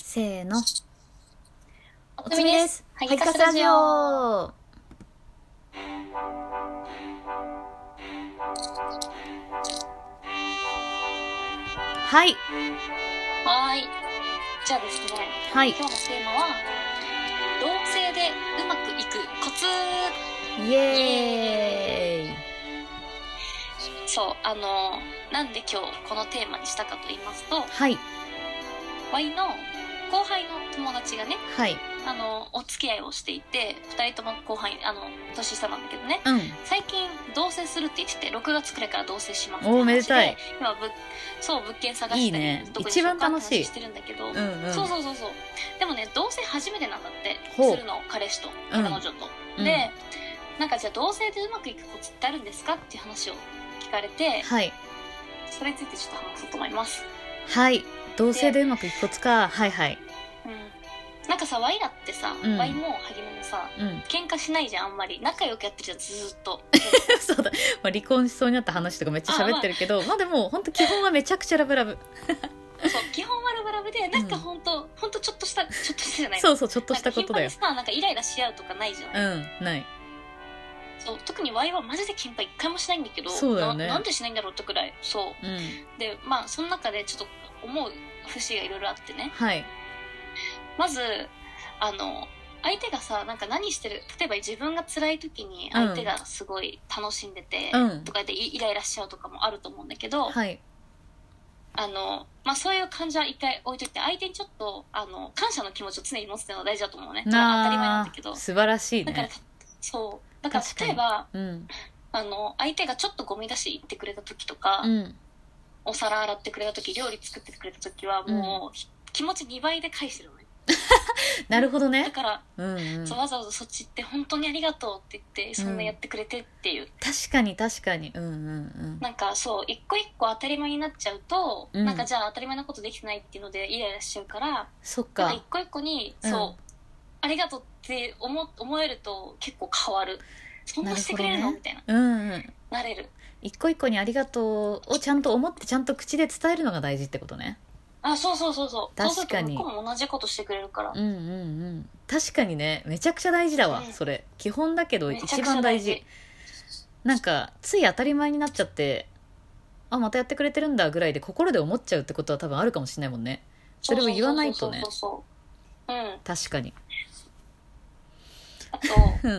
せーの。 おつみです。 ハギカスラジオ。はい。 はい。じゃあですね。 はい。 今日のテーマは同棲でうまくいくコツ。 イエーイ。 そうなんで今日このテーマにしたかと言いますと、 はい。 ワイの後輩の友達がね、 はい。 お付き合いをしていて、2人とも後輩年下なんだけどね、 うん。 最近同棲するって言ってて、6月くらいから同棲しますっておー、 話で、 めでたい。 今物件探したり、 いいね。 どこにしようかって一番楽しい話してるんだけど、 うんうん。 そうでもね、同棲初めてなんだって。 ほうするの、彼氏とうん彼女と、 うんで、なんかじゃあ同棲でうまくいくコツってあるんですかっていう話を聞かれて、 はい。 それについてちょっと話そうと思います。 はい。同棲でうまくいくコツか。はいはい。 なんかさ、ワイだってさ、 うんワイも萩野もさ、 うん。 喧嘩しないじゃん、あんまり。仲良くやってるじゃん、ずーっと。 そうだ。まあ、離婚しそうになった話とかめっちゃ喋ってるけど、まあでも本当基本はめちゃくちゃラブラブ。 そう、基本はラブラブで、なんかほんとちょっとしたじゃない。 そうそう、ちょっとしたことだよ。 頻繁にさ、なんかイライラし合うとかないじゃん。 うん、ない。 そう、特にワイはマジで喧嘩一回もしないんだけど、 そうだよね。 なんでしないんだろうってくらい。そう。 うん。 で、まあ、その中でちょっと思う節がいろいろあってね。 はい。 まず、相手がさ、なんか何してる、例えば自分が辛い時に相手がすごい楽しんでて、とかでイライラしちゃうとかもあると思うんだけど、 はい。 まあ、そういう感じは一回置いといて、相手にちょっと感謝の気持ちを常に持つっていうのが大事だと思うね。当たり前なんだけど。 素晴らしいね。 だからだから例えば、 うん、 相手がちょっとゴミ出し行ってくれた時とか、 うん、 お皿洗ってくれた時、料理作ってくれた時はもう、気持ち2倍で返してるのね。 なるほどね。 だから、わざわざそっち行って本当にありがとうって言って、そんなやってくれてっていう。 確かに。 なんかそう、一個一個当たり前になっちゃうと、なんかじゃあ当たり前なことできてないっていうのでイライラしちゃうから、 そっか。 一個一個に、ありがとうって思えると結構変わる。そんなしてくれるのみたいな。なれる。 一個一個にありがとうをちゃんと思ってちゃんと口で伝えるのが大事ってことね。 あ、そう。 確かに。 向こうも同じことしてくれるから。 確かにね、めちゃくちゃ大事だわ、それ。基本だけど一番大事。なんか、つい当たり前になっちゃって、あ、またやってくれてるんだぐらいで心で思っちゃうってことは多分あるかもしれないもんね。それを言わないとね。確かに。 あと、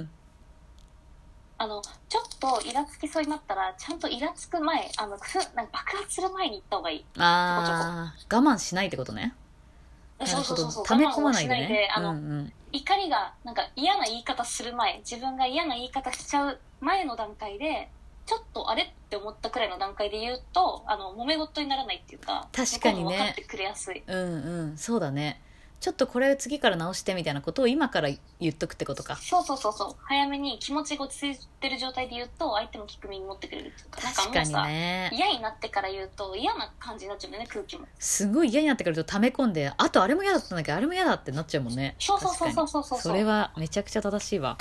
ちょっとイラつきそうになったら、ちゃんとイラつく前、なんか爆発する前に言った方がいい。 我慢しないってことね。 そう。 溜め込まないでね。 怒りが、なんか嫌な言い方する前、自分が嫌な言い方しちゃう前の段階で、ちょっとあれって思ったくらいの段階で言うと、揉め事にならないっていうか、 確かにね。 分かってくれやすい。 そうだね。ちょっとこれ次から直してみたいなことを今から言っとくってことか。 そう。早めに気持ちが落ち着いてる状態で言うと、相手も聞く耳持ってくれるっていうか。 確かにね。 嫌になってから言うと嫌な感じになっちゃうんだよね、空気も。 すごい嫌になってくると溜め込んで、あとあれも嫌だったんだけど、あれも嫌だってなっちゃうもんね。 そう。 それはめちゃくちゃ正しいわ。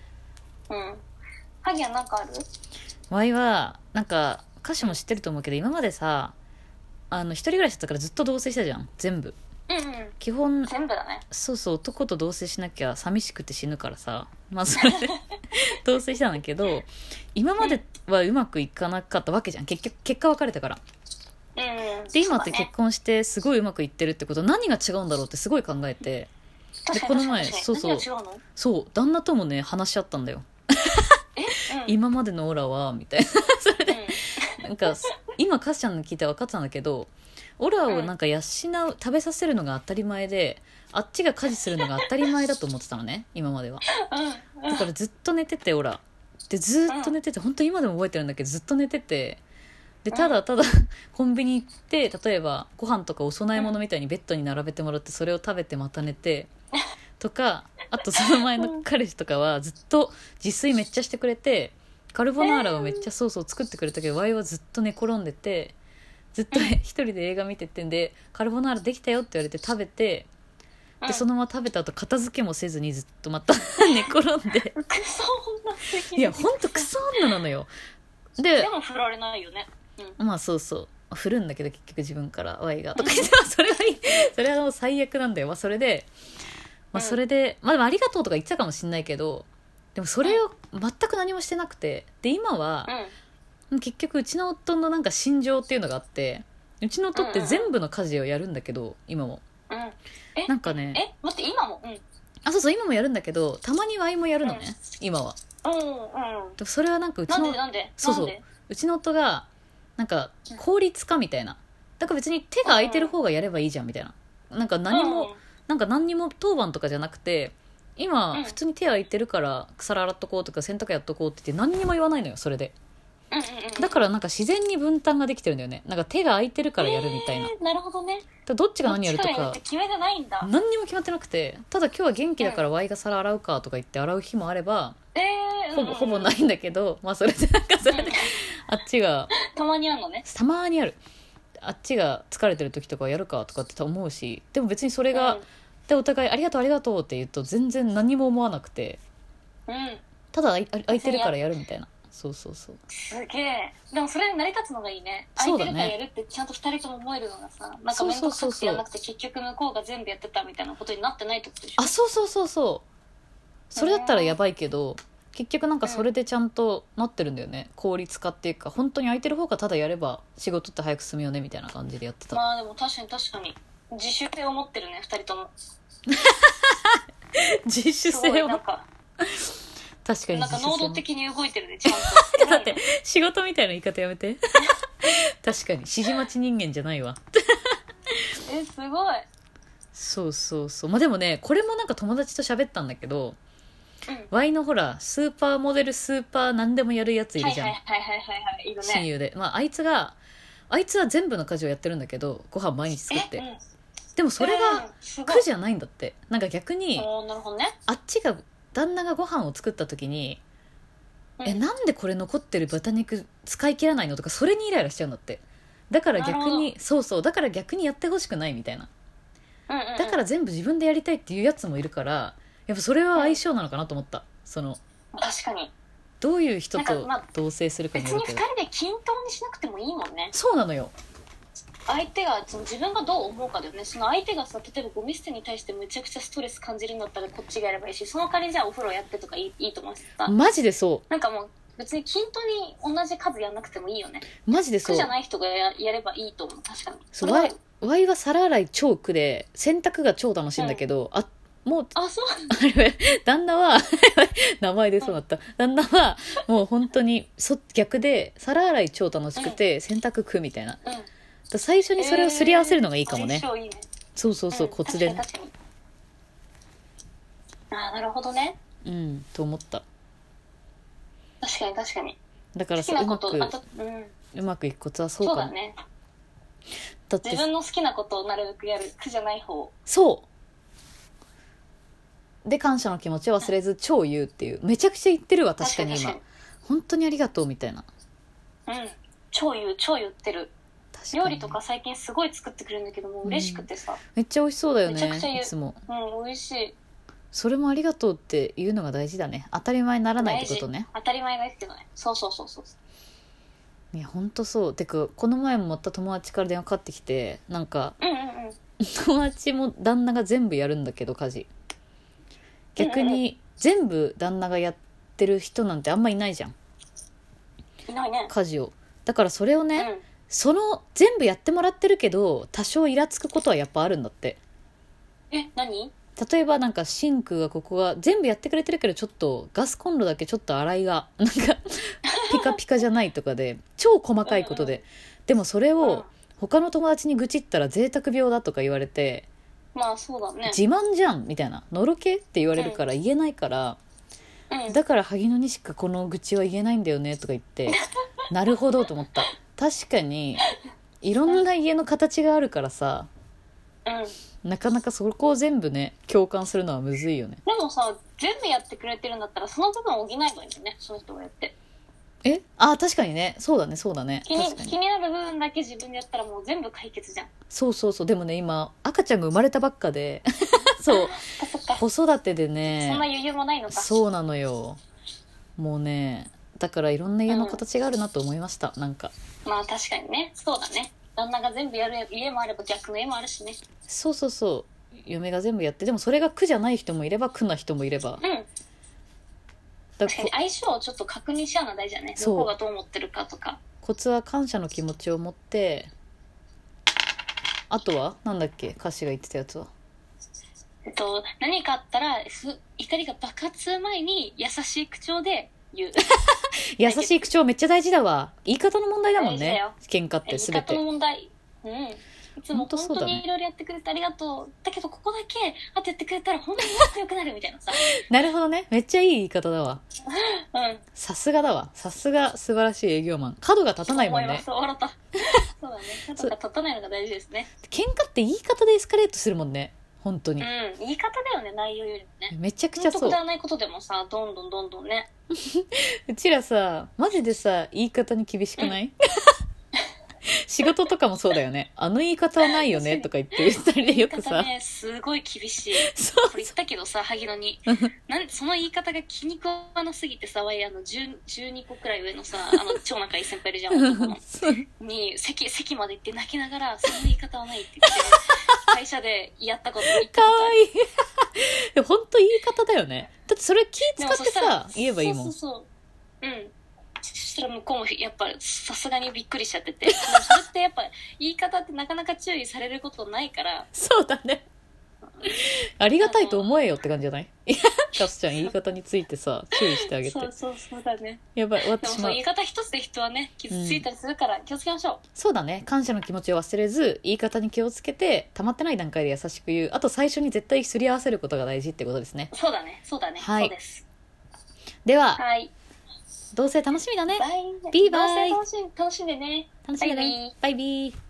ハギはなんかある？ ワイは、なんか、歌詞も知ってると思うけど、今までさ、一人暮らしだったからずっと同棲したじゃん、全部。基本全部だね。 そう男と同棲しなきゃ寂しくて死ぬからさ、まあそれで同棲したんだけど、今まではうまくいかなかったわけじゃん。結果別れたから。で今って結婚してすごいうまくいってるってことは何が違うんだろうってすごい考えて、でこの前そう旦那ともね話し合ったんだよ。今までのオーラはみたいなそれで、なんか今カスちゃんの聞いて分かったんだけど、オラをなんか養う、食べさせるのが当たり前で、あっちが家事するのが当たり前だと思ってたのね、今までは。だからずっと寝てて、オラでずっと寝てて、本当に今でも覚えてるんだけど、ずっと寝てて、でただコンビニ行って、例えばご飯とかお供え物みたいにベッドに並べてもらって、それを食べてまた寝てとか、あとその前の彼氏とかはずっと自炊めっちゃしてくれて、カルボナーラをめっちゃソースを作ってくれたけど、ワイはずっと寝転んでて、ずっと一人で映画見ててんで、カルボナーラできたよって言われて食べて、でそのまま食べた後片付けもせずにずっとまた寝転んでクソ女すぎる。 いやほんとクソ女なのよ。でも振られないよね。 まあそう振るんだけど結局自分から Y がとか言ってそれはいいそれはもう最悪なんだよ、それでそれででもありがとうとか言ってたかもしんないけど、でもそれを全く何もしてなくて、で今は、結局うちの夫のなんか心情っていうのがあって、うちの夫って全部の家事をやるんだけど今も、なんかね待って今もそう今もやるんだけど、たまに Y もやるのね、今は。それはなんかうちのうちの夫がなんか効率化みたいな、だから別に手が空いてる方がやればいいじゃんみたいな、なんか何にも当番とかじゃなくて、今普通に手空いてるから皿洗っとこうとか洗濯やっとこうって言って何にも言わないのよ、それで。だからなんか自然に分担ができてるんだよね、なんか手が空いてるからやるみたいな。 なるほどね。 どっちが何やるとか決めてないんだ。 何にも決まってなくて、ただ今日は元気だから Y が皿洗うかとか言って洗う日もあれば、ほぼないんだけど、それでなんかそれであっちがたまにあるのね。 たまにある、あっちが疲れてる時とかやるかとかって思うし、でも別にそれが、でお互いありがとうありがとうって言うと全然何も思わなくて、ただ空いてるからやるみたいな。そうすげえ。でもそれで成り立つのがいいね。空いてるからやるってちゃんと2人とも思えるのがさ、なんか面倒くさくてやらなくて結局向こうが全部やってたみたいなことになってないってことでしょ。 そうそれだったらやばいけど、結局なんかそれでちゃんとなってるんだよね、効率化っていうか、本当に空いてる方がただやれば仕事って早く進むよねみたいな感じでやってた。 でも確かに自主性を持ってるね、2人とも。 自主性をなんか確かになんか能動的に動いてるね、ちゃんと。 だって仕事みたいな言い方やめて確かに指示待ち人間じゃないわすごい。 そうでもね、これもなんか友達と喋ったんだけど、Y のほらスーパーモデルスーパー何でもやるやついるじゃん、 いるね、 親友で、あいつは全部の家事をやってるんだけど、ご飯毎日作って、でもそれが苦じゃないんだって。なんか逆に、あっちが旦那がご飯を作った時に、なんでこれ残ってる豚肉使い切らないのとか、それにイライラしちゃうんだって。だから逆にだから逆にやってほしくないみたいな、だから全部自分でやりたいっていうやつもいるから、やっぱそれは相性なのかなと思った。 確かにどういう人と同棲するかによるけど、 別に2人で均等にしなくてもいいもんね。 そうなのよ。 相手が自分がどう思うかだよね。その相手がさ、例えばゴミ捨てに対してめちゃくちゃストレス感じるんだったらこっちがやればいいし、その代わりじゃあお風呂やってとかいいと思ってた。 マジでそう。 なんかもう別に均等に同じ数やんなくてもいいよね。 マジでそう。 苦じゃない人が やればいいと思う。確かに。 そう、ワイは皿洗い超苦で洗濯が超楽しいんだけど、もうそう旦那は名前出そうだった、旦那はもう本当に逆で、皿洗い超楽しくて、洗濯食うみたいな、最初にそれをすり合わせるのがいいかもね。 相性いいね。 そう、コツでね。 確かになるほどね。 と思った。 確かに。 だからうまくいくコツはそうかも。 そうだね。だって自分の好きなことをなるべくやる、苦じゃない方。 そうで、感謝の気持ちを忘れず超言うっていう。めちゃくちゃ言ってるわ、確かに今。本当にありがとうみたいな。 超言ってる。料理とか最近すごい作ってくれるんだけども、嬉しくてさ、 めっちゃ美味しそうだよね。 めちゃくちゃ言う。 いつも美味しい。 それもありがとうって言うのが大事だね。当たり前にならないってことね。 当たり前がいいってね。そう。 いや本当そう。てかこの前もまた友達から電話かかってきて、なんか、友達も旦那が全部やるんだけど、家事逆に全部旦那がやってる人なんてあんまいないじゃん。 いないね。 家事を。だからそれをね、全部やってもらってるけど多少イラつくことはやっぱあるんだって。 何？ 例えばなんかシンクがここが全部やってくれてるけど、ちょっとガスコンロだけちょっと洗いがなんかピカピカじゃないとかで、超細かいことで、でもそれを他の友達に愚痴ったら贅沢病だとか言われて、 そうだね、 自慢じゃんみたいな、のろけって言われるから言えないから、だから萩野にしかこの愚痴は言えないんだよねとか言ってなるほどと思った。確かにいろんな家の形があるからさ、なかなかそこを全部ね共感するのはむずいよね。 でもさ、全部やってくれてるんだったらその部分を補えばいいんだよね、その人がやって。 確かにね。そうだね気になる部分だけ自分でやったらもう全部解決じゃん。 そうでもね、今赤ちゃんが生まれたばっかでそう子育てでね、 そんな余裕もないのか。 そうなのよ。もうね、だからいろんな家の形があるなと思いました、なんか。 確かにね。そうだね。 旦那が全部やる家もあれば逆の家もあるしね。 そうそうそう、嫁が全部やって、でもそれが苦じゃない人もいれば苦な人もいれば、 うん、確かに相性をちょっと確認し合うのは大事だね。どこがどう思ってるかとか。 コツは感謝の気持ちを持って、あとはなんだっけ、歌詞が言ってたやつは、 何かあったら怒りが爆発する前に優しい口調で言う優しい口調めっちゃ大事だわ。言い方の問題だもんね、喧嘩って全て。 言い方の問題。うん。いつも本当にいろいろやってくれてありがとう。だけどここだけあとやってくれたら本当に仲良くなるみたいなさ。 なるほどね。めっちゃいい言い方だわ。 うん。 さすがだわ。さすが素晴らしい営業マン。角が立たないもんね。 そう笑った。そうだね。角が立たないのが大事ですね。 喧嘩って言い方でエスカレートするもんね。本当に。 うん。言い方だよね、内容よりもね。 めちゃくちゃそう。 本当くだらないことでもさ、どんどんね。 うちらさ、マジでさ、言い方に厳しくない？仕事とかもそうだよね。あの言い方はないよねとか言って二人でよくさ、 ね、すごい厳しい。 そうこれ言ったけどさ、萩野にその言い方が気に食わなすぎてさ、12個くらい上のさ、超仲いい先輩いるじゃん、男のに席まで行って泣きながら、その言い方はないって言って会社でやったこと言ったことある。かわいい。 でも本当言い方だよね。だってそれ気使ってさ言えばいいもん。 そううん。そしたら向こうもやっぱさすがにびっくりしちゃってて、でもそれってやっぱ言い方ってなかなか注意されることないから。 そうだね。ありがたいと思えよって感じじゃない？カスちゃん言い方についてさ注意してあげて。 そうだね。 やばい、 私も言い方一つで人はね傷ついたりするから気をつけましょう。 そうだね。感謝の気持ちを忘れず言い方に気をつけて、溜まってない段階で優しく言う。あと最初に絶対すり合わせることが大事ってことですね。 そうだね。はい、そうです。 では、 はい、 同棲楽しみだね。 ビーバイ。同棲楽しんでね。 楽しみだね。バイビー。